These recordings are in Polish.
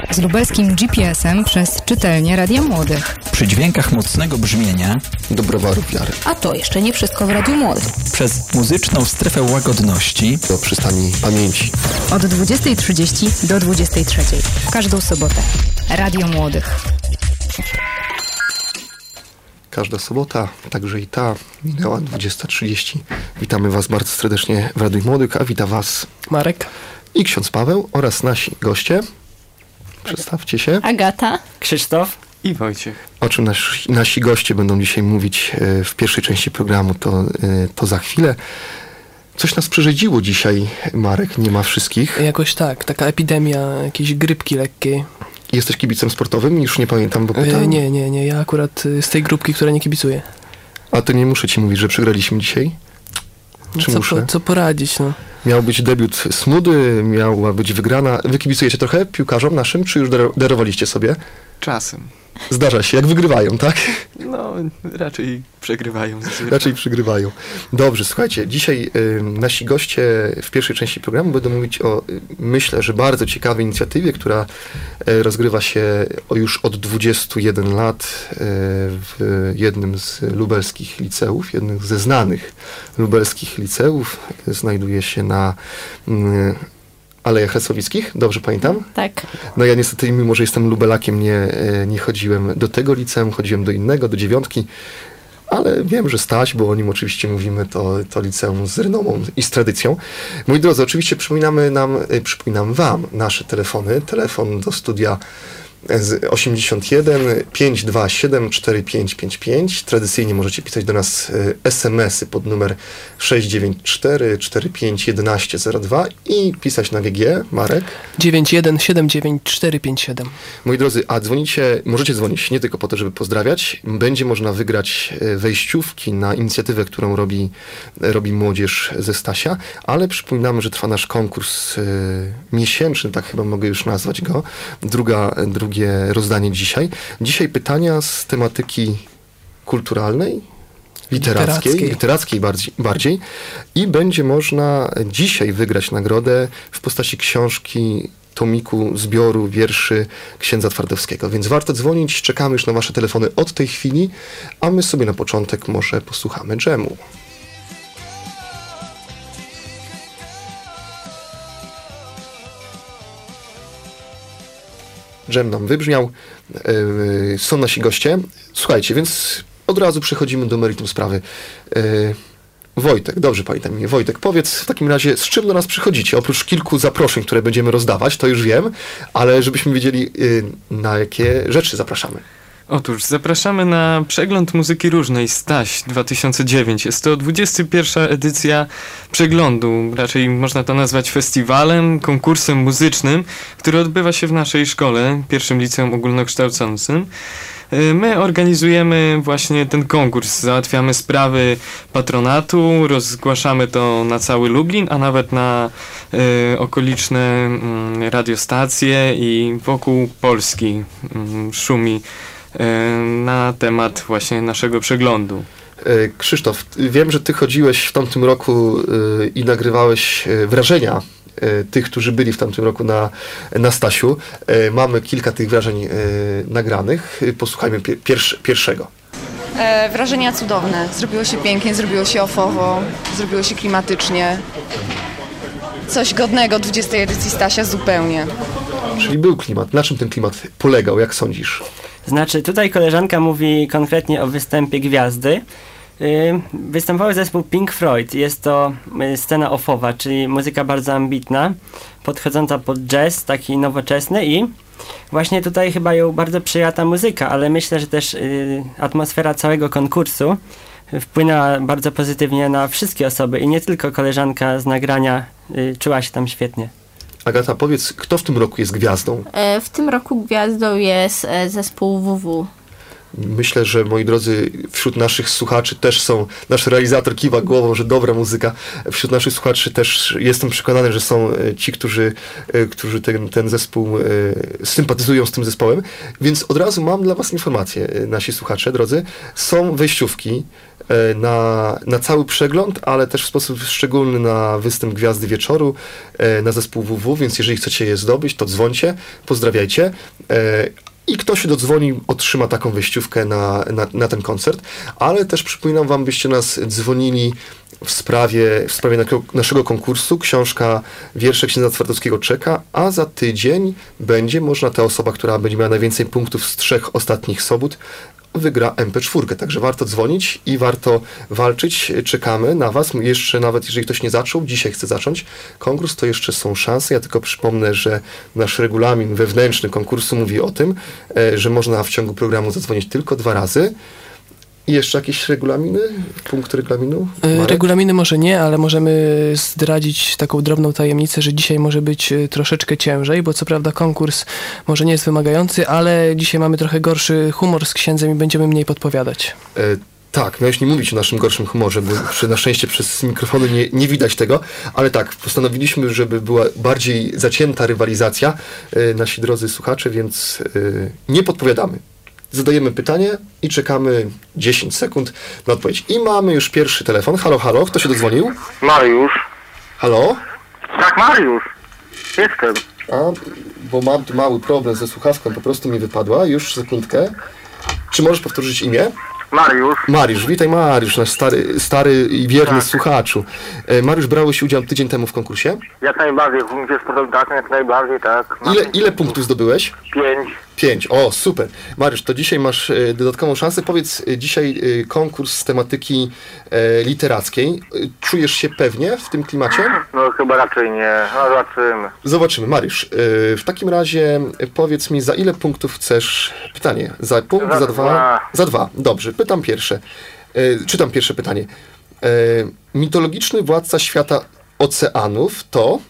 Z lubelskim GPS-em przez czytelnię Radia Młodych. Przy dźwiękach mocnego brzmienia do browaru wiary. A to jeszcze nie wszystko w Radiu Młodych. Przez muzyczną strefę łagodności do przystani pamięci. Od 20:30 do 23:00. W każdą sobotę. Radio Młodych. Każda sobota, także i ta, minęła 20:30. Witamy Was bardzo serdecznie w Radiu Młodych, a wita Was Marek i ksiądz Paweł oraz nasi goście. Przedstawcie się. Agata, Krzysztof i Wojciech. O czym nasi goście będą dzisiaj mówić w pierwszej części programu, to za chwilę. Coś nas przerzedziło dzisiaj, Marek, nie ma wszystkich. Jakoś tak, taka epidemia jakiejś grypki lekkiej. Jesteś kibicem sportowym? Już nie pamiętam, bo pytam. Nie, ja akurat z tej grupki, która nie kibicuje. A to nie muszę ci mówić, że przegraliśmy dzisiaj? Czy muszę? Co poradzić, no. Miał być debiut Smudy, miała być wygrana. Wy kibicujecie trochę piłkarzom naszym, czy już darowaliście sobie? Czasem. Zdarza się, jak wygrywają, tak? No, raczej przegrywają. Raczej przegrywają. Dobrze, słuchajcie, dzisiaj nasi goście w pierwszej części programu będą mówić o, myślę, że bardzo ciekawej inicjatywie, która rozgrywa się już od 21 lat w jednym z lubelskich liceów, jednym ze znanych lubelskich liceów. Znajduje się na Alejach Lesowickich, dobrze pamiętam? Tak. No ja niestety, mimo że jestem lubelakiem, nie chodziłem do tego liceum, chodziłem do innego, do 9, ale wiem, że stać, bo o nim oczywiście mówimy, to liceum z renomą i z tradycją. Moi drodzy, oczywiście przypominam wam nasze telefony. Telefon do studia z 81 527 4555. Tradycyjnie możecie pisać do nas SMS-y pod numer 694 45 1102 i pisać na GG. Marek? 9179457. Moi drodzy, a możecie dzwonić nie tylko po to, żeby pozdrawiać. Będzie można wygrać wejściówki na inicjatywę, którą robi młodzież ze Stasia, ale przypominamy, że trwa nasz konkurs miesięczny, tak chyba mogę już nazwać go. Drugie rozdanie dzisiaj. Dzisiaj pytania z tematyki kulturalnej, literackiej bardziej. I będzie można dzisiaj wygrać nagrodę w postaci książki, tomiku, zbioru wierszy księdza Twardowskiego. Więc warto dzwonić, czekamy już na wasze telefony od tej chwili, a my sobie na początek może posłuchamy dżemu. Dżem nam wybrzmiał, są nasi goście. Słuchajcie, więc od razu przechodzimy do meritum sprawy. Wojtek, dobrze pamiętam imię. Wojtek, powiedz w takim razie, z czym do nas przychodzicie? Oprócz kilku zaproszeń, które będziemy rozdawać, to już wiem, ale żebyśmy wiedzieli, na jakie rzeczy zapraszamy. Otóż zapraszamy na przegląd muzyki różnej Staś 2009. Jest to 21. edycja przeglądu. Raczej można to nazwać festiwalem, konkursem muzycznym, który odbywa się w naszej szkole, pierwszym liceum ogólnokształcącym. My organizujemy właśnie ten konkurs, załatwiamy sprawy patronatu, rozgłaszamy to na cały Lublin, a nawet na okoliczne radiostacje i wokół Polski szumi na temat właśnie naszego przeglądu. Krzysztof, wiem, że ty chodziłeś w tamtym roku i nagrywałeś wrażenia tych, którzy byli w tamtym roku na Stasiu. Mamy kilka tych wrażeń nagranych. Posłuchajmy pierwszego. Wrażenia cudowne. Zrobiło się pięknie, zrobiło się ofowo, zrobiło się klimatycznie. Coś godnego 20. edycji Stasia zupełnie. Czyli był klimat. Na czym ten klimat polegał, jak sądzisz? Znaczy, tutaj koleżanka mówi konkretnie o występie Gwiazdy. Występował zespół Pink Floyd. Jest to scena offowa, czyli muzyka bardzo ambitna, podchodząca pod jazz, taki nowoczesny i właśnie tutaj chyba ją bardzo przyjęła ta muzyka, ale myślę, że też atmosfera całego konkursu wpłynęła bardzo pozytywnie na wszystkie osoby i nie tylko koleżanka z nagrania czuła się tam świetnie. Agata, powiedz, kto w tym roku jest gwiazdą? W tym roku gwiazdą jest zespół WW. Myślę, że moi drodzy, wśród naszych słuchaczy też są, nasz realizator kiwa głową, że dobra muzyka. Wśród naszych słuchaczy też jestem przekonany, że są ci, którzy ten zespół sympatyzują z tym zespołem. Więc od razu mam dla was informację, nasi słuchacze, drodzy. Są wejściówki na cały przegląd, ale też w sposób szczególny na występ Gwiazdy Wieczoru, na zespół WW, więc jeżeli chcecie je zdobyć, to dzwońcie, pozdrawiajcie. I kto się dodzwoni, otrzyma taką wejściówkę na ten koncert. Ale też przypominam wam, byście nas dzwonili w sprawie naszego konkursu. Książka Wiersze księdza Twardowskiego czeka, a za tydzień będzie można, ta osoba, która będzie miała najwięcej punktów z 3 ostatnich sobót, wygra MP4. Także warto dzwonić i warto walczyć. Czekamy na was. Jeszcze nawet jeżeli ktoś nie zaczął, dzisiaj chce zacząć konkurs, to jeszcze są szanse. Ja tylko przypomnę, że nasz regulamin wewnętrzny konkursu mówi o tym, że można w ciągu programu zadzwonić tylko 2 razy. I jeszcze jakieś regulaminy? Punkty regulaminu? Regulaminy może nie, ale możemy zdradzić taką drobną tajemnicę, że dzisiaj może być troszeczkę ciężej, bo co prawda konkurs może nie jest wymagający, ale dzisiaj mamy trochę gorszy humor z księdzem i będziemy mniej podpowiadać. Tak, miałeś nie mówić o naszym gorszym humorze, bo na szczęście przez mikrofony nie widać tego, ale tak, postanowiliśmy, żeby była bardziej zacięta rywalizacja, nasi drodzy słuchacze, więc nie podpowiadamy. Zadajemy pytanie i czekamy 10 sekund na odpowiedź. I mamy już pierwszy telefon. Halo, halo, kto się dodzwonił? Mariusz. Halo? Tak, Mariusz. Jestem. Bo mam tu mały problem ze słuchawką, po prostu mi wypadła. Już sekundkę. Czy możesz powtórzyć imię? Mariusz. Mariusz, witaj Mariusz, nasz stary i wierny słuchaczu. Mariusz, brałeś udział tydzień temu w konkursie? Jak najbardziej, w punkcie sportowym tak, jak najbardziej, tak. Ile punktów zdobyłeś? 5. 5, o super. Mariusz, to dzisiaj masz dodatkową szansę. Powiedz, dzisiaj konkurs z tematyki literackiej. Czujesz się pewnie w tym klimacie? No chyba raczej nie, no zobaczymy. Zobaczymy. Mariusz, w takim razie powiedz mi, za ile punktów chcesz pytanie? Za punkt, za 2? Za 2, dobrze. Pytam pierwsze. Czytam pierwsze pytanie. Mitologiczny władca świata oceanów to...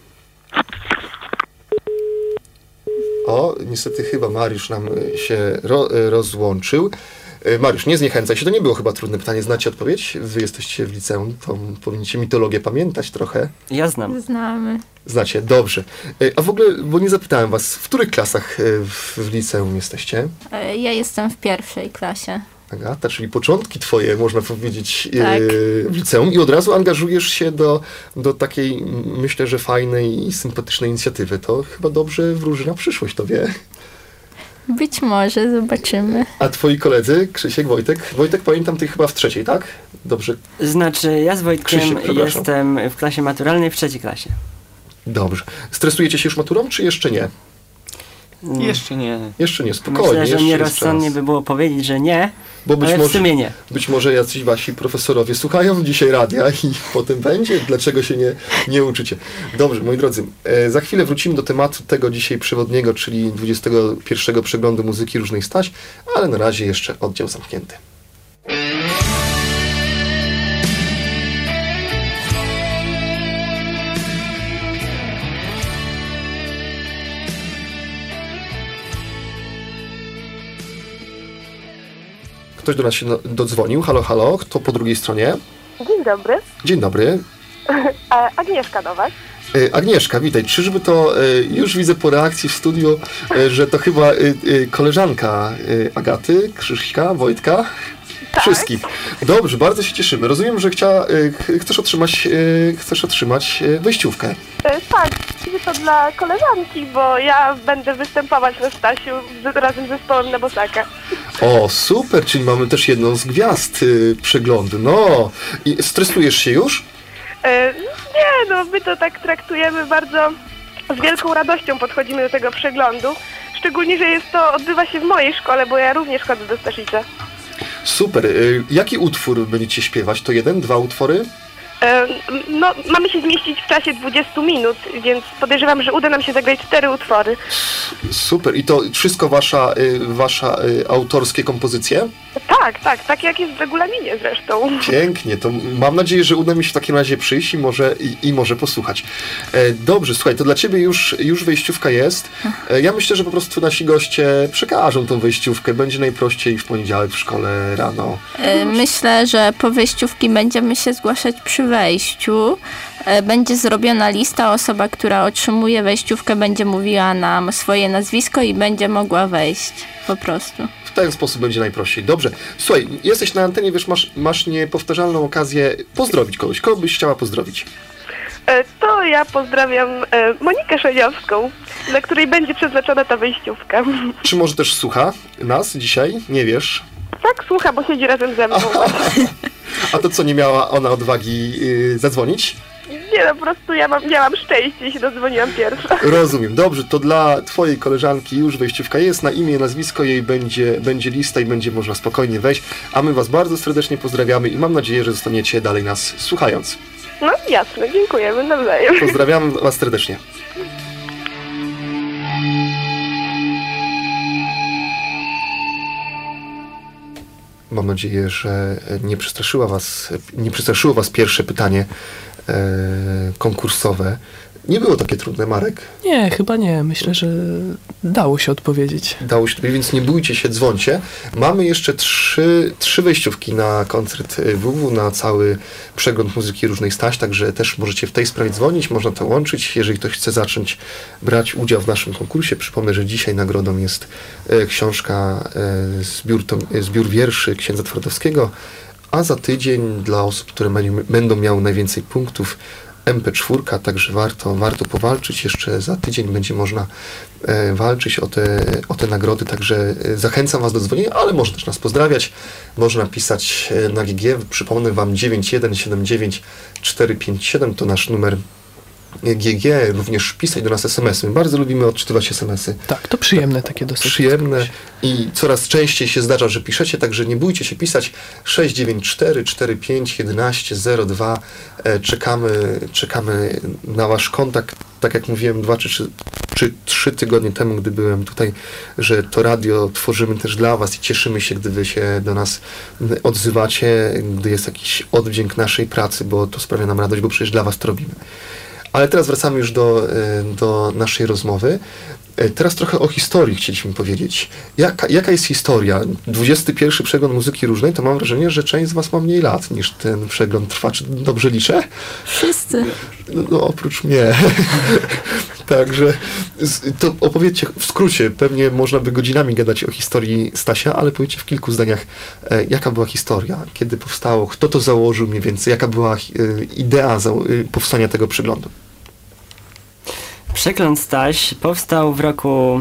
O, niestety chyba Mariusz nam się rozłączył. Mariusz, nie zniechęcaj się, to nie było chyba trudne pytanie. Znacie odpowiedź? Wy jesteście w liceum, to powinniście mitologię pamiętać trochę. Ja znam. Znamy. Znacie, dobrze. A w ogóle, bo nie zapytałem was, w których klasach w liceum jesteście? Ja jestem w 1. klasie. Agata, czyli początki twoje, można powiedzieć, Tak. w liceum i od razu angażujesz się do takiej, myślę, że fajnej i sympatycznej inicjatywy. To chyba dobrze wróży na przyszłość, to wie. Być może, zobaczymy. A twoi koledzy, Krzysiek, Wojtek? Wojtek, pamiętam, ty chyba w 3, tak? Dobrze. Znaczy, ja z Wojtkiem Krzysiek, przepraszam. jestem w klasie maturalnej w 3. klasie. Dobrze. Stresujecie się już maturą, czy jeszcze nie? Jeszcze nie. Jeszcze nie, spokojnie. Myślę, że jeszcze nierozsądnie jest czas. by było powiedzieć, że nie, Bo ale w sumie nie. Być może jacyś wasi profesorowie słuchają dzisiaj radia i potem będzie. Dlaczego się nie uczycie? Dobrze, moi drodzy, za chwilę wrócimy do tematu tego dzisiaj przewodniego, czyli 21. przeglądu muzyki różnej Staś, ale na razie jeszcze oddział zamknięty. Ktoś do nas się dodzwonił. Halo, halo. Kto po drugiej stronie? Dzień dobry. Dzień dobry. Agnieszka do was. Agnieszka, witaj. Czyżby to, już widzę po reakcji w studiu, że to chyba koleżanka Agaty, Krzyśka, Wojtka? Tak. Wszystkich. Dobrze, bardzo się cieszymy. Rozumiem, że chcesz otrzymać wejściówkę. Tak, to dla koleżanki, bo ja będę występować na Stasiu razem z zespołem na Bosaka. O, super, czyli mamy też jedną z gwiazd przeglądu. No, i stresujesz się już? Nie, no my to tak traktujemy bardzo z wielką radością podchodzimy do tego przeglądu. Szczególnie, że odbywa się w mojej szkole, bo ja również chodzę do Staszica. Super. Jaki utwór będziecie śpiewać? To 1, 2 utwory? No, mamy się zmieścić w czasie 20 minut, więc podejrzewam, że uda nam się zagrać 4 utwory. Super. I to wszystko wasze autorskie kompozycje? Tak jak jest w regulaminie zresztą. Pięknie, to mam nadzieję, że uda mi się w takim razie przyjść i może posłuchać. Dobrze, słuchaj, to dla ciebie już wejściówka jest. Ja myślę, że po prostu nasi goście przekażą tą wejściówkę. Będzie najprościej w poniedziałek w szkole rano. Myślę, że po wejściówki będziemy się zgłaszać przy wejściu. Będzie zrobiona lista, osoba, która otrzymuje wejściówkę, będzie mówiła nam swoje nazwisko i będzie mogła wejść po prostu. W ten sposób będzie najprościej. Dobrze. Słuchaj, jesteś na antenie, wiesz, masz niepowtarzalną okazję pozdrowić kogoś. Kogo byś chciała pozdrowić? To ja pozdrawiam Monikę Szeniowską, dla której będzie przeznaczona ta wejściówka. Czy może też słucha nas dzisiaj? Nie wiesz? Tak, słucha, bo siedzi razem ze mną. A to co, nie miała ona odwagi zadzwonić? Nie, no po prostu ja miałam szczęście i się dodzwoniłam pierwsza. Rozumiem. Dobrze, to dla twojej koleżanki już wejściówka jest, na imię, nazwisko jej będzie lista i będzie można spokojnie wejść, a my was bardzo serdecznie pozdrawiamy i mam nadzieję, że zostaniecie dalej nas słuchając. No jasne, dziękujemy nawzajem. Pozdrawiam was serdecznie. Mam nadzieję, że nie przestraszyło was pierwsze pytanie konkursowe. Nie było takie trudne, Marek? Nie, chyba nie. Myślę, że dało się odpowiedzieć. Dało się odpowiedzieć, więc nie bójcie się, dzwońcie. Mamy jeszcze trzy wejściówki na koncert WW, na cały przegląd muzyki różnej Staś, także też możecie w tej sprawie dzwonić, można to łączyć. Jeżeli ktoś chce zacząć brać udział w naszym konkursie, przypomnę, że dzisiaj nagrodą jest książka, zbiór wierszy księdza Twardowskiego, a za tydzień dla osób, które będą miały najwięcej punktów, MP4, także warto powalczyć. Jeszcze za tydzień będzie można walczyć o te nagrody, także zachęcam was do dzwonienia, ale można też nas pozdrawiać. Można pisać na GG, przypomnę wam 9179457 to nasz numer GG, również pisać do nas SMS-y. My bardzo lubimy odczytywać SMS-y. Tak, to przyjemne takie dosyć. Przyjemne i coraz częściej się zdarza, że piszecie, także nie bójcie się pisać. 694 45 11 02. Czekamy na wasz kontakt. Tak jak mówiłem 2 czy 3 tygodnie temu, gdy byłem tutaj, że to radio tworzymy też dla was i cieszymy się, gdy wy się do nas odzywacie, gdy jest jakiś oddźwięk naszej pracy, bo to sprawia nam radość, bo przecież dla was to robimy. Ale teraz wracamy już do naszej rozmowy. Teraz trochę o historii chcieliśmy powiedzieć. Jaka jest historia? 21. przegląd muzyki różnej, to mam wrażenie, że część z was ma mniej lat niż ten przegląd trwa. Czy dobrze liczę? Wszyscy. No oprócz mnie. Także to opowiedzcie w skrócie. Pewnie można by godzinami gadać o historii Stasia, ale powiedzcie w kilku zdaniach, jaka była historia, kiedy powstało, kto to założył mniej więcej, jaka była idea powstania tego przeglądu. Przegląd Staś powstał w roku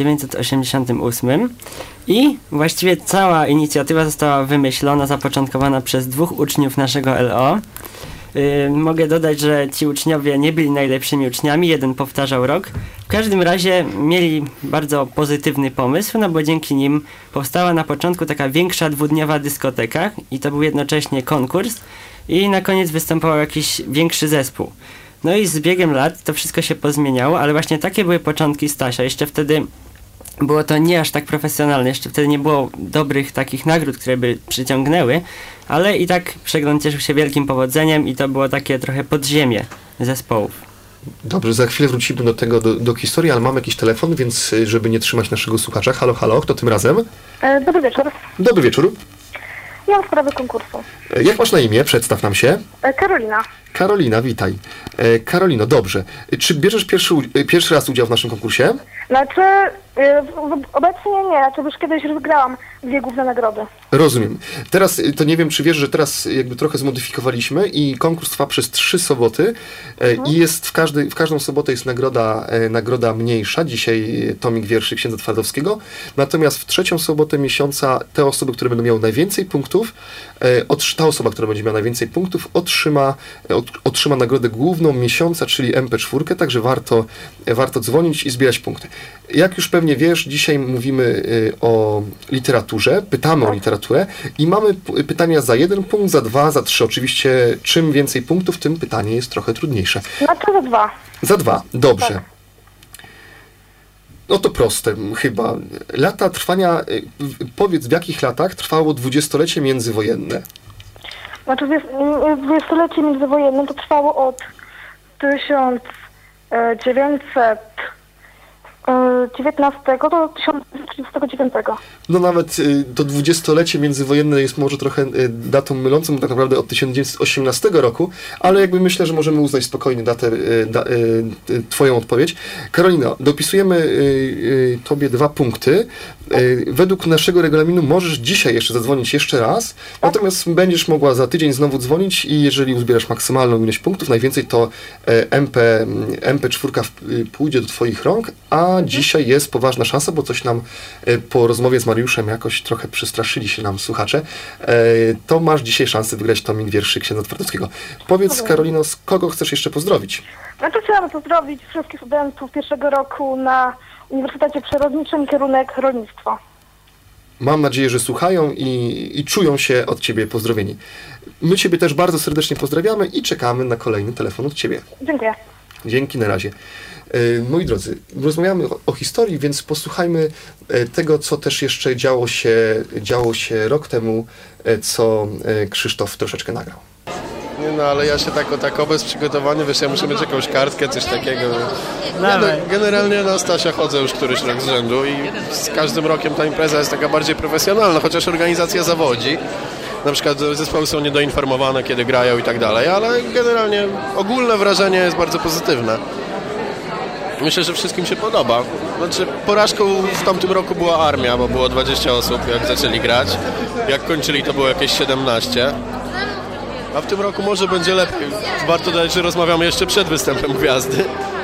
1988 i właściwie cała inicjatywa została wymyślona, zapoczątkowana przez 2 uczniów naszego LO. Mogę dodać, że ci uczniowie nie byli najlepszymi uczniami, jeden powtarzał rok. W każdym razie mieli bardzo pozytywny pomysł, no bo dzięki nim powstała na początku taka większa 2-dniowa dyskoteka i to był jednocześnie konkurs i na koniec występował jakiś większy zespół. No i z biegiem lat to wszystko się pozmieniało, ale właśnie takie były początki Stasia. Jeszcze wtedy było to nie aż tak profesjonalne, jeszcze wtedy nie było dobrych takich nagród, które by przyciągnęły, ale i tak przegląd cieszył się wielkim powodzeniem i to było takie trochę podziemie zespołów. Dobrze, za chwilę wrócimy do tego, do historii, ale mam jakiś telefon, więc żeby nie trzymać naszego słuchacza. Halo, halo, kto tym razem? Dobry wieczór. Dobry wieczór. Ja mam sprawę konkursu. Jak masz na imię? Przedstaw nam się. Karolina. Karolina, witaj. Karolino, dobrze. Czy bierzesz pierwszy raz udział w naszym konkursie? Znaczy, obecnie nie, znaczy już kiedyś wygrałam 2 główne nagrody. Rozumiem. Teraz, to nie wiem, czy wiesz, że teraz jakby trochę zmodyfikowaliśmy i konkurs trwa przez 3 soboty i jest w każdą sobotę jest nagroda mniejsza. Dzisiaj tomik wierszy księdza Twardowskiego. Natomiast w 3. sobotę miesiąca te osoby, które będą miały najwięcej punktów, ta osoba, która będzie miała najwięcej punktów, otrzyma nagrodę główną miesiąca, czyli MP4, także warto dzwonić i zbierać punkty. Jak już pewnie wiesz, dzisiaj mówimy o literaturze, pytamy o literaturę i mamy pytania za 1 punkt, za 2, za 3. Oczywiście czym więcej punktów, tym pytanie jest trochę trudniejsze. Znaczy za 2. Za 2, dobrze. Tak. No to proste chyba. Lata trwania, powiedz w jakich latach trwało dwudziestolecie międzywojenne? Znaczy dwudziestolecie międzywojenne to trwało od 1919 do 1939. No nawet to dwudziestolecie międzywojenne jest może trochę datą mylącą, tak naprawdę od 1918 roku, ale jakby myślę, że możemy uznać spokojnie datę, twoją odpowiedź. Karolina, dopisujemy tobie 2 punkty. Według naszego regulaminu możesz dzisiaj jeszcze zadzwonić jeszcze raz, natomiast będziesz mogła za tydzień znowu dzwonić i jeżeli uzbierasz maksymalną ilość punktów, najwięcej to MP4 pójdzie do twoich rąk, a dzisiaj jest poważna szansa, bo coś nam po rozmowie z Mariuszem jakoś trochę przestraszyli się nam słuchacze, to masz dzisiaj szansę wygrać tomik wierszy księdza Twardowskiego. Powiedz, Karolino, z kogo chcesz jeszcze pozdrowić? Znaczy chciałam pozdrowić wszystkich studentów pierwszego roku na Uniwersytecie Przyrodniczym, kierunek rolnictwo. Mam nadzieję, że słuchają i czują się od ciebie pozdrowieni. My ciebie też bardzo serdecznie pozdrawiamy i czekamy na kolejny telefon od ciebie. Dziękuję. Dzięki, na razie. Moi drodzy, rozmawiamy o historii, więc posłuchajmy tego, co też jeszcze działo się rok temu, co Krzysztof troszeczkę nagrał. Nie no, ale ja się tak bez przygotowania, wiesz, ja muszę mieć jakąś kartkę, coś takiego. Generalnie na Stasia chodzę już któryś rok z rzędu i z każdym rokiem ta impreza jest taka bardziej profesjonalna, chociaż organizacja zawodzi. Na przykład zespoły są niedoinformowane, kiedy grają i tak dalej, ale generalnie ogólne wrażenie jest bardzo pozytywne. Myślę, że wszystkim się podoba. Znaczy, porażką w tamtym roku była armia, bo było 20 osób, jak zaczęli grać. Jak kończyli, to było jakieś 17. A w tym roku może będzie lepiej. Warto dodać, że rozmawiamy jeszcze przed występem Gwiazdy.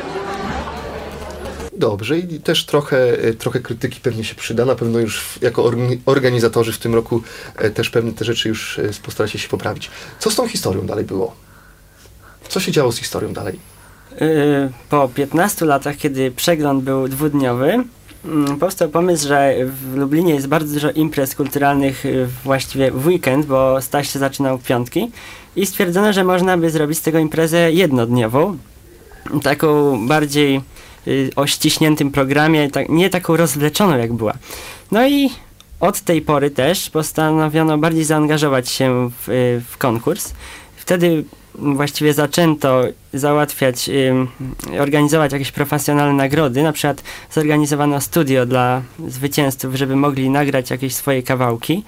Dobrze, i też trochę krytyki pewnie się przyda. Na pewno już jako organizatorzy w tym roku też pewnie te rzeczy już postaracie się poprawić. Co z tą historią dalej było? Co się działo z historią dalej? Po 15 latach, kiedy przegląd był 2-dniowy, powstał pomysł, że w Lublinie jest bardzo dużo imprez kulturalnych właściwie w weekend, bo Staś się zaczynał w piątki i stwierdzono, że można by zrobić z tego imprezę jednodniową, taką bardziej o ściśniętym programie, nie taką rozwleczoną jak była. No i od tej pory też postanowiono bardziej zaangażować się w konkurs. Wtedy właściwie zaczęto załatwiać, organizować jakieś profesjonalne nagrody. Na przykład zorganizowano studio dla zwycięzców, żeby mogli nagrać jakieś swoje kawałki.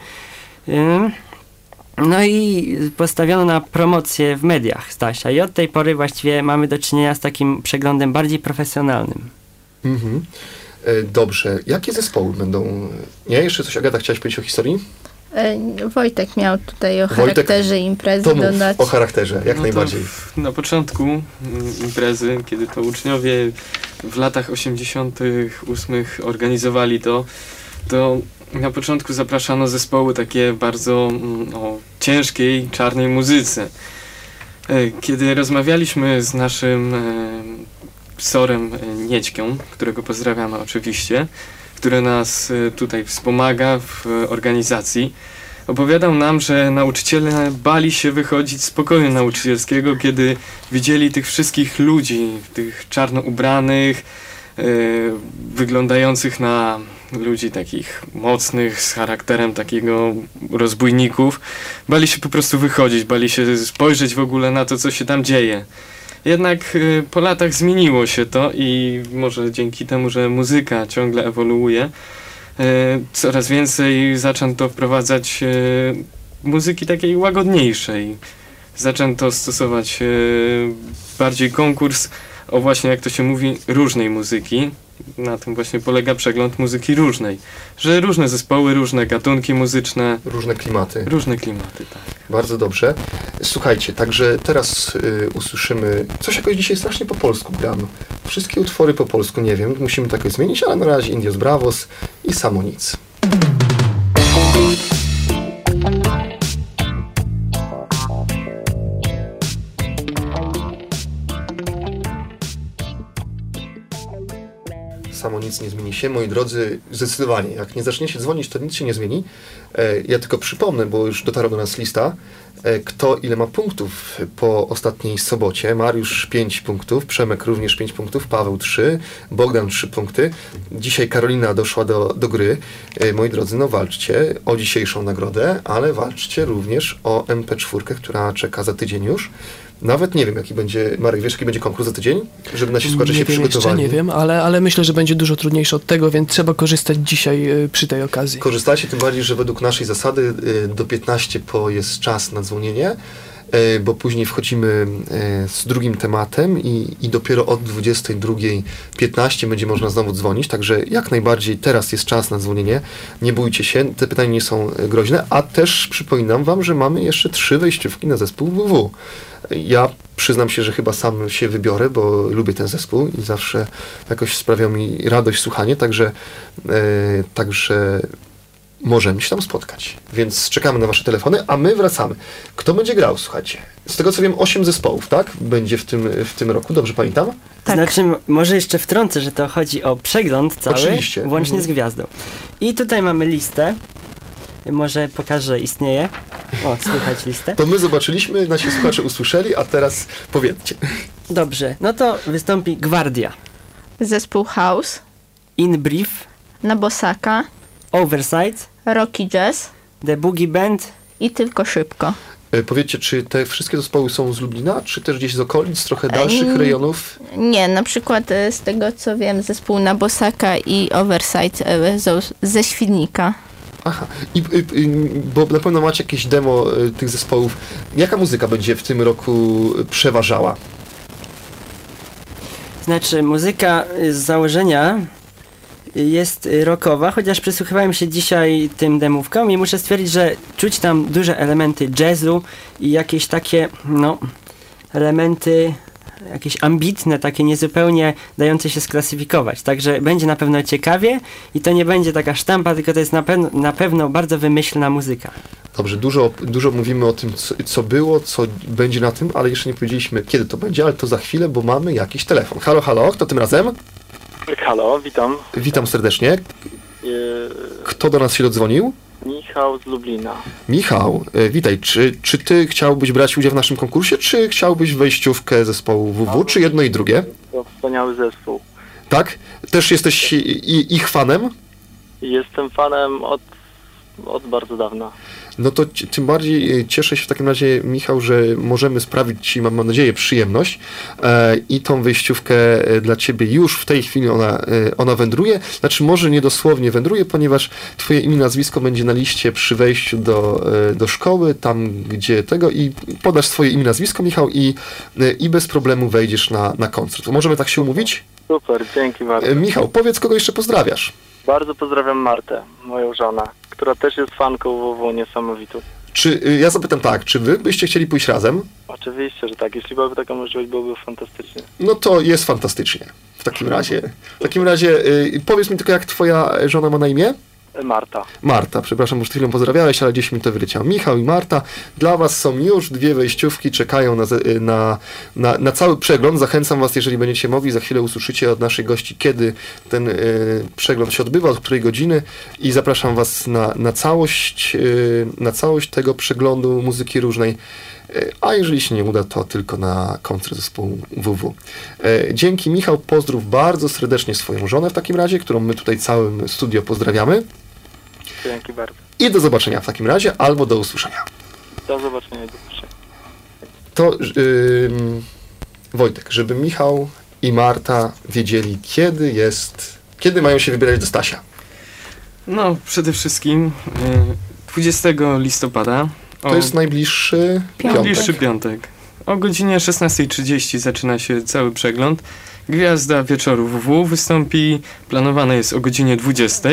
No i postawiono na promocję w mediach Stasia. I od tej pory właściwie mamy do czynienia z takim przeglądem bardziej profesjonalnym. Mhm. Dobrze. Jakie zespoły będą? Nie? Jeszcze coś, Agata, chciałaś powiedzieć o historii? Wojtek miał tutaj o charakterze imprezy to mów dodać. O charakterze, jak najbardziej. Na początku imprezy, kiedy to uczniowie w latach 88 organizowali to na początku zapraszano zespoły takie bardzo o ciężkiej, czarnej muzyce. Kiedy rozmawialiśmy z naszym psorem Niedźką, którego pozdrawiamy oczywiście, który nas tutaj wspomaga w organizacji, opowiadał nam, że nauczyciele bali się wychodzić z pokoju nauczycielskiego, kiedy widzieli tych wszystkich ludzi, tych czarno ubranych, wyglądających na ludzi takich mocnych, z charakterem takiego rozbójników. Bali się po prostu wychodzić, bali się spojrzeć w ogóle na to, co się tam dzieje. Jednak po latach zmieniło się to i może dzięki temu, że muzyka ciągle ewoluuje, coraz więcej zaczęto wprowadzać muzyki takiej łagodniejszej. Zaczęto stosować bardziej konkurs o właśnie, jak to się mówi, różnej muzyki. Na tym właśnie polega przegląd muzyki różnej. Że różne zespoły, różne gatunki muzyczne. Różne klimaty. Różne klimaty, tak. Bardzo dobrze. Słuchajcie, także teraz usłyszymy coś jakoś dzisiaj strasznie po polsku gram. Wszystkie utwory po polsku, nie wiem, musimy tak zmienić, ale na razie Indios Bravos i Samo Nic. samo nic nie zmieni się. Moi drodzy, zdecydowanie, jak nie zaczniecie dzwonić, to nic się nie zmieni. Ja tylko przypomnę, bo już dotarła do nas lista, kto ile ma punktów po ostatniej sobocie. Mariusz 5 punktów, Przemek również 5 punktów, Paweł 3, Bogdan 3 punkty. Dzisiaj Karolina doszła do gry. Moi drodzy, no walczcie o dzisiejszą nagrodę, ale walczcie również o MP4, która czeka za tydzień już. Nawet nie wiem, jaki będzie, Marek, wiesz, jaki będzie konkurs za tydzień? Żeby nasi słuchacze się przygotowali. Nie wiem, ale myślę, że będzie dużo trudniejszy od tego, więc trzeba korzystać dzisiaj przy tej okazji. Korzystajcie, tym bardziej, że według naszej zasady do 15 po jest czas na dzwonienie, bo później wchodzimy z drugim tematem i dopiero od 22:15 będzie można znowu dzwonić, także jak najbardziej teraz jest czas na dzwonienie. Nie bójcie się, te pytania nie są groźne, a też przypominam wam, że mamy jeszcze 3 wejściówki na zespół WW. Ja przyznam się, że chyba sam się wybiorę, bo lubię ten zespół i zawsze jakoś sprawia mi radość słuchanie, także możemy się tam spotkać. Więc czekamy na wasze telefony, a my wracamy. Kto będzie grał, słuchajcie? Z tego co wiem, 8 zespołów, tak? Będzie w tym roku, dobrze pamiętam? Tak. Znaczy, może jeszcze wtrącę, że to chodzi o przegląd cały, oczywiście, włącznie z gwiazdą. I tutaj mamy listę. Może pokażę, że istnieje. O, słychać listę. To my zobaczyliśmy, nasi słuchacze usłyszeli, a teraz powiedzcie. Dobrze, no to wystąpi Gwardia. Zespół House. In Brief. Nabosaka. Oversight. Rocky Jazz. The Boogie Band. I Tylko Szybko. Powiedzcie, czy te wszystkie zespoły są z Lublina, czy też gdzieś z okolic, trochę dalszych rejonów? Nie, na przykład z tego co wiem, zespół Nabosaka i Oversight ze Świdnika. Aha, bo na pewno macie jakieś demo tych zespołów. Jaka muzyka będzie w tym roku przeważała? Znaczy, muzyka z założenia jest rockowa, chociaż przysłuchiwałem się dzisiaj tym demówkom i muszę stwierdzić, że czuć tam duże elementy jazzu i jakieś takie, elementy jakieś ambitne, takie niezupełnie dające się sklasyfikować. Także będzie na pewno ciekawie i to nie będzie taka sztampa, tylko to jest na pewno bardzo wymyślna muzyka. Dobrze, dużo mówimy o tym, co było, co będzie na tym, ale jeszcze nie powiedzieliśmy, kiedy to będzie, ale to za chwilę, bo mamy jakiś telefon. Halo, halo, kto tym razem? Halo, witam. Witam serdecznie. Kto do nas się dodzwonił? Michał z Lublina. Michał, witaj. Czy ty chciałbyś brać udział w naszym konkursie, czy chciałbyś wejściówkę zespołu WW, czy jedno i drugie? To wspaniały zespół. Tak? Też jesteś ich fanem? Jestem fanem od bardzo dawna. No to tym bardziej cieszę się w takim razie, Michał, że możemy sprawić ci, mam nadzieję, przyjemność i tą wejściówkę dla ciebie już w tej chwili ona wędruje. Znaczy może nie dosłownie wędruje, ponieważ twoje imię, nazwisko będzie na liście przy wejściu do szkoły, tam gdzie tego i podasz swoje imię, nazwisko, Michał, i bez problemu wejdziesz na koncert. Możemy tak się umówić? Super, dzięki bardzo. Michał, powiedz, kogo jeszcze pozdrawiasz? Bardzo pozdrawiam Martę, moją żonę, która też jest fanką WW niesamowitą. Ja zapytam tak, czy wy byście chcieli pójść razem? Oczywiście, że tak. Jeśli byłaby taka możliwość, byłoby fantastycznie. No to jest fantastycznie. W takim razie powiedz mi tylko, jak twoja żona ma na imię? Marta. Marta, przepraszam, już chwilę pozdrawiałeś, ale gdzieś mi to wyleciało. Michał i Marta, dla was są już 2 wejściówki, czekają na cały przegląd. Zachęcam was, jeżeli będziecie mogli, za chwilę usłyszycie od naszej gości, kiedy ten przegląd się odbywa, od której godziny i zapraszam was na całość tego przeglądu muzyki różnej. A jeżeli się nie uda, to tylko na koncert zespołu WW. Dzięki, Michał, pozdrów bardzo serdecznie swoją żonę w takim razie, którą my tutaj całym studio pozdrawiamy. Dzięki bardzo. I do zobaczenia w takim razie, albo do usłyszenia. Do zobaczenia i do usłyszenia. To Wojtek, żeby Michał i Marta wiedzieli, kiedy mają się wybierać do Stasia. No, przede wszystkim 20 listopada. To jest najbliższy piątek. Najbliższy piątek. O godzinie 16:30 zaczyna się cały przegląd. Gwiazda wieczoru WW wystąpi, planowane jest o godzinie 20.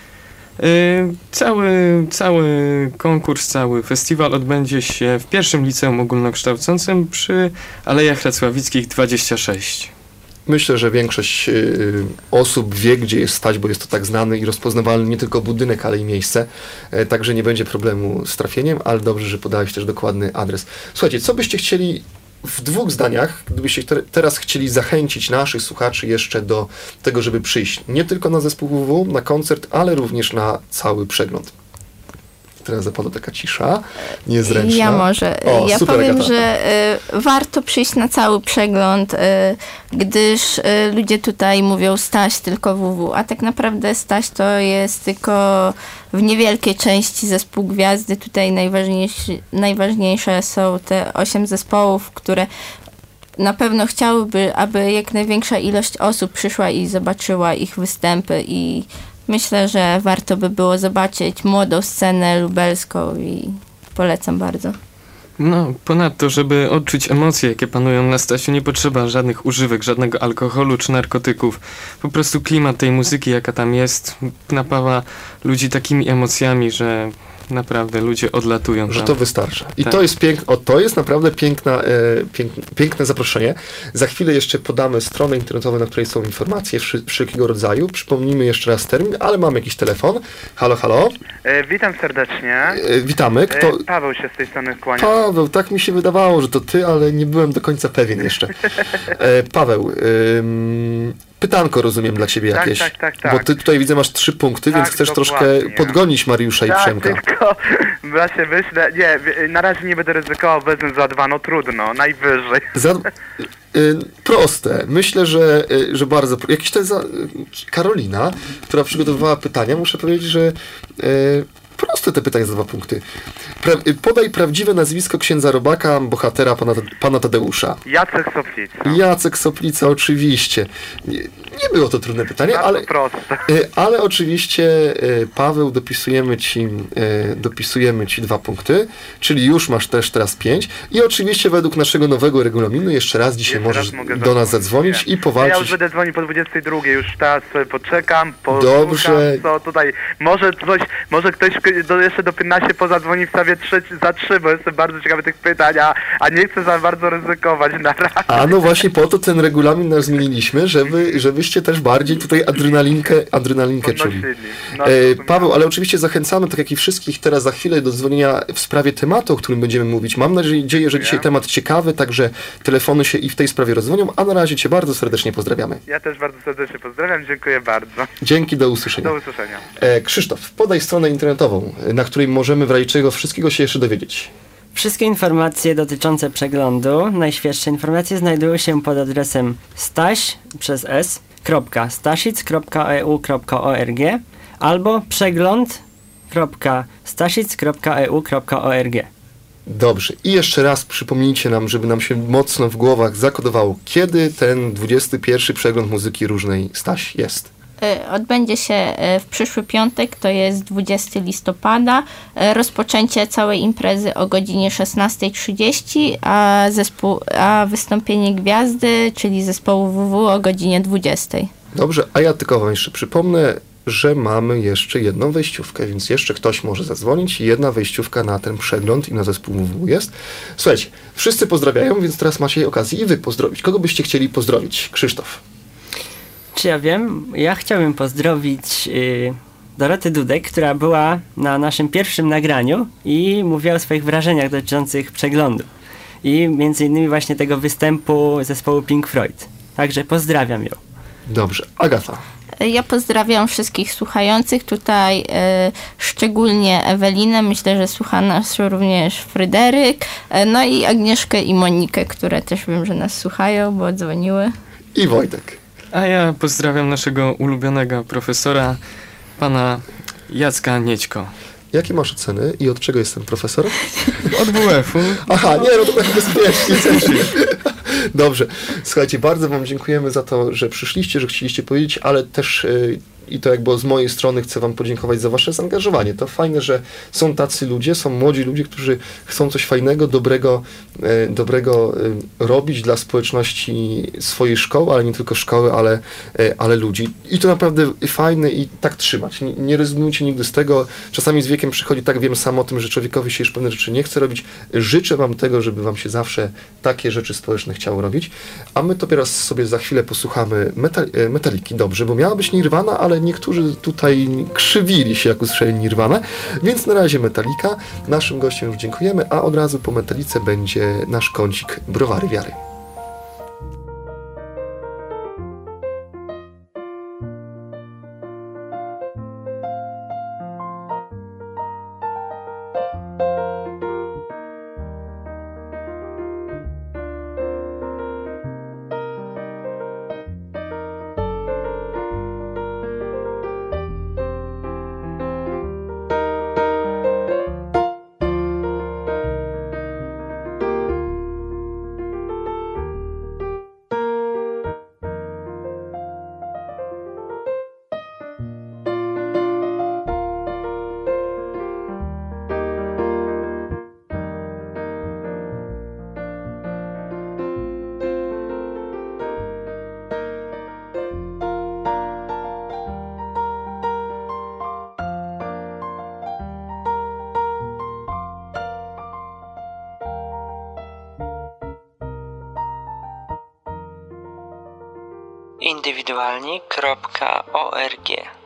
Cały konkurs, cały festiwal odbędzie się w pierwszym liceum ogólnokształcącym przy Alejach Racławickich 26. Myślę, że większość osób wie, gdzie jest Staś, bo jest to tak znany i rozpoznawalny nie tylko budynek, ale i miejsce. Także nie będzie problemu z trafieniem, ale dobrze, że podałeś też dokładny adres. Słuchajcie, co byście chcieli w 2 zdaniach, gdybyście teraz chcieli zachęcić naszych słuchaczy jeszcze do tego, żeby przyjść nie tylko na zespół WW, na koncert, ale również na cały przegląd. Teraz zapadła taka cisza, niezręczna. Ja może. Ja powiem, że warto przyjść na cały przegląd, gdyż ludzie tutaj mówią Staś tylko WW, a tak naprawdę Staś to jest tylko w niewielkiej części zespół Gwiazdy. Tutaj najważniejsze są te 8 zespołów, które na pewno chciałyby, aby jak największa ilość osób przyszła i zobaczyła ich występy i myślę, że warto by było zobaczyć młodą scenę lubelską i polecam bardzo. No, ponadto, żeby odczuć emocje, jakie panują na Stasiu, nie potrzeba żadnych używek, żadnego alkoholu czy narkotyków. Po prostu klimat tej muzyki, jaka tam jest, napawa ludzi takimi emocjami, że naprawdę ludzie odlatują. Że tam. to wystarcza. I tak. To jest naprawdę piękne zaproszenie. Za chwilę jeszcze podamy stronę internetową, na której są informacje wszelkiego rodzaju. Przypomnijmy jeszcze raz termin, ale mamy jakiś telefon. Halo, halo. Witam serdecznie. Witamy. Kto? Paweł się z tej strony kłania. Paweł, tak mi się wydawało, że to ty, ale nie byłem do końca pewien jeszcze. Paweł, pytanko rozumiem dla ciebie jakieś. Tak. Bo ty tutaj widzę masz 3 punkty, więc chcesz troszkę podgonić Mariusza i Przemka. Tylko właśnie myślę, na razie nie będę ryzykował, wezmę za 2, no trudno, najwyżej. Proste. Myślę, że bardzo... Jakiś to jest Karolina, która przygotowywała pytania, muszę powiedzieć, że proste te pytania za 2 punkty. Podaj prawdziwe nazwisko księdza Robaka, bohatera pana Tadeusza. Jacek Soplica. Jacek Soplica, oczywiście. Nie było to trudne pytanie, ale oczywiście Paweł, dopisujemy ci 2 punkty, czyli już masz też teraz 5 i oczywiście według naszego nowego regulaminu jeszcze raz dzisiaj możesz do nas zadzwonić i powalczyć. Ja już będę dzwonił po 22, już teraz sobie poczekam, Dobrze. Co tutaj, może ktoś jeszcze do 15 pozadzwoni w stawie za 3, bo jestem bardzo ciekawy tych pytań, a nie chcę za bardzo ryzykować na razie. A no właśnie po to ten regulamin nasz zmieniliśmy, żebyście też bardziej tutaj adrenalinkę czuli. Paweł, ale oczywiście zachęcamy, tak jak i wszystkich teraz za chwilę do dzwonienia w sprawie tematu, o którym będziemy mówić. Mam nadzieję, że dzisiaj temat ciekawy, także telefony się i w tej sprawie rozdzwonią, a na razie cię bardzo serdecznie pozdrawiamy. Ja też bardzo serdecznie pozdrawiam, dziękuję bardzo. Dzięki, do usłyszenia. Do usłyszenia. Krzysztof, podaj stronę internetową, na której możemy w razie czego wszystkiego się jeszcze dowiedzieć. Wszystkie informacje dotyczące przeglądu, najświeższe informacje znajdują się pod adresem staś.stasic.eu.org albo przegląd.stasic.eu.org. Dobrze. I jeszcze raz przypomnijcie nam, żeby nam się mocno w głowach zakodowało, kiedy ten 21. przegląd muzyki różnej Staś jest. Odbędzie się w przyszły piątek, to jest 20 listopada. Rozpoczęcie całej imprezy o godzinie 16:30, a wystąpienie Gwiazdy, czyli zespołu WW o godzinie 20:00. Dobrze, a ja tylko wam jeszcze przypomnę, że mamy jeszcze jedną wejściówkę, więc jeszcze ktoś może zadzwonić. 1 wejściówka na ten przegląd i na zespół WW jest. Słuchajcie, wszyscy pozdrawiają, więc teraz macie okazję i wy pozdrowić. Kogo byście chcieli pozdrowić? Krzysztof. Czy ja wiem? Ja chciałbym pozdrowić Dorotę Dudek, która była na naszym pierwszym nagraniu i mówiła o swoich wrażeniach dotyczących przeglądu. I między innymi właśnie tego występu zespołu Pink Floyd. Także pozdrawiam ją. Dobrze. Agata. Ja pozdrawiam wszystkich słuchających, tutaj szczególnie Ewelinę, myślę, że słucha nas również Fryderyk, no i Agnieszkę i Monikę, które też wiem, że nas słuchają, bo dzwoniły. I Wojtek. A ja pozdrawiam naszego ulubionego profesora, pana Jacka Niećko. Jakie masz oceny i od czego jest ten profesor? Od WF-u. Aha, nie, no to tak bezpiecznie. Dobrze. Słuchajcie, bardzo wam dziękujemy za to, że przyszliście, że chcieliście powiedzieć, ale też i to jakby z mojej strony chcę wam podziękować za wasze zaangażowanie. To fajne, że są tacy ludzie, są młodzi ludzie, którzy chcą coś fajnego, dobrego robić dla społeczności swojej szkoły, ale nie tylko szkoły, ale ludzi. I to naprawdę fajne i tak trzymać. Nie rezygnujcie nigdy z tego. Czasami z wiekiem przychodzi, tak wiem sam o tym, że człowiekowi się już pewne rzeczy nie chce robić. Życzę wam tego, żeby wam się zawsze takie rzeczy społeczne chciało robić. A my to teraz sobie za chwilę posłuchamy Metaliki, dobrze, bo miała być Nirvana, ale ale niektórzy tutaj krzywili się, jak usłyszeli Nirvanę, więc na razie Metallica. Naszym gościom już dziękujemy, a od razu po Metallice będzie nasz kącik Browary Wiary. Indywidualni.org